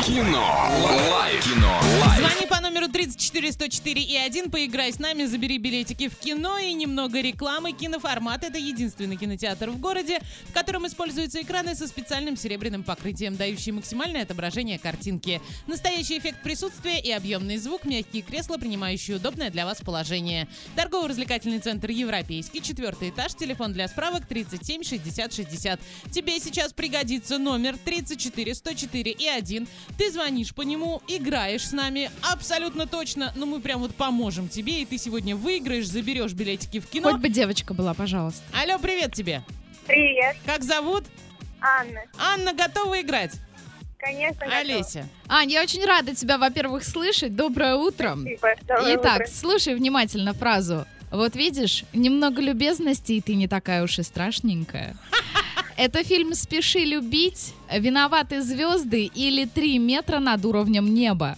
Кино. Лайф. Кино. Лайф. Звони по номеру 34 104 и 1, поиграй с нами, забери билетики в кино и немного рекламы. Киноформат — это единственный кинотеатр в городе, в котором используются экраны со специальным серебряным покрытием, дающие максимальное отображение картинки. Настоящий эффект присутствия и объемный звук, мягкие кресла, принимающие удобное для вас положение. Торгово-развлекательный центр «Европейский», 4-й этаж, телефон для справок 37 60 60. Тебе сейчас пригодится номер 34 104 и 1. Ты звонишь по нему, играешь с нами абсолютно точно, но мы прям вот поможем тебе, и ты сегодня выиграешь, заберешь билетики в кино. Хоть бы девочка была, пожалуйста. Алло, привет тебе. Привет, Как зовут? Анна. Анна, готова играть? Конечно, готова. Олеся. Ань, я очень рада тебя, во-первых, слышать. Доброе утро. Спасибо. Доброе Итак, утро. слушай внимательно фразу. Вот видишь, немного любезности, и ты не такая уж и страшненькая. Это фильм «Спеши любить», «Виноваты звезды» или «3 метра над уровнем неба».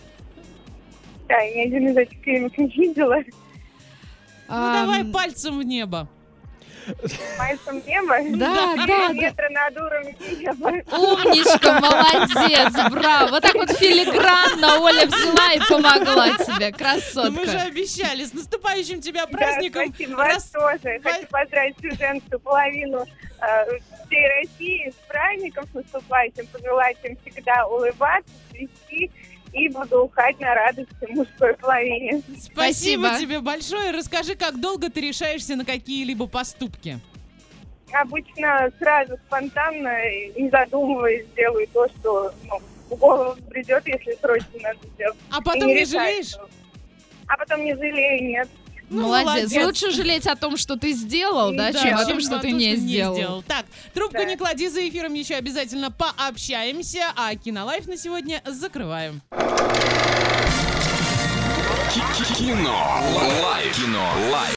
Да, я ни один из этих фильмов не видела. Ну давай пальцем в небо. Пальцем небо. Да, да, да. Метра над уровнем неба. Умничка, молодец, браво. Вот так вот филигранно Оля взяла и помогла тебе, Ну, мы же красотка. обещали. С наступающим тебя Да, праздником. спасибо. Вас тоже. Хочу поздравить всю женскую половину всей России с праздником, с наступающим. Пожелать им всегда улыбаться, цвести. И буду ухать на радости мужской половине. Спасибо Спасибо. тебе большое. Расскажи, как долго ты решаешься на какие-либо поступки? Обычно сразу спонтанно, не задумываясь, делаю то, что в голову придет, если срочно надо сделать. А потом И не решаю, жалеешь? А потом не жалею, нет. Ну, Молодец. Лучше жалеть о том, что ты сделал, да, чем о том, что ты не сделал. Так, трубку Да. не клади, за эфиром еще обязательно пообщаемся, а Кинолайф на сегодня закрываем. Кино. Лайф. Кино. Лайф.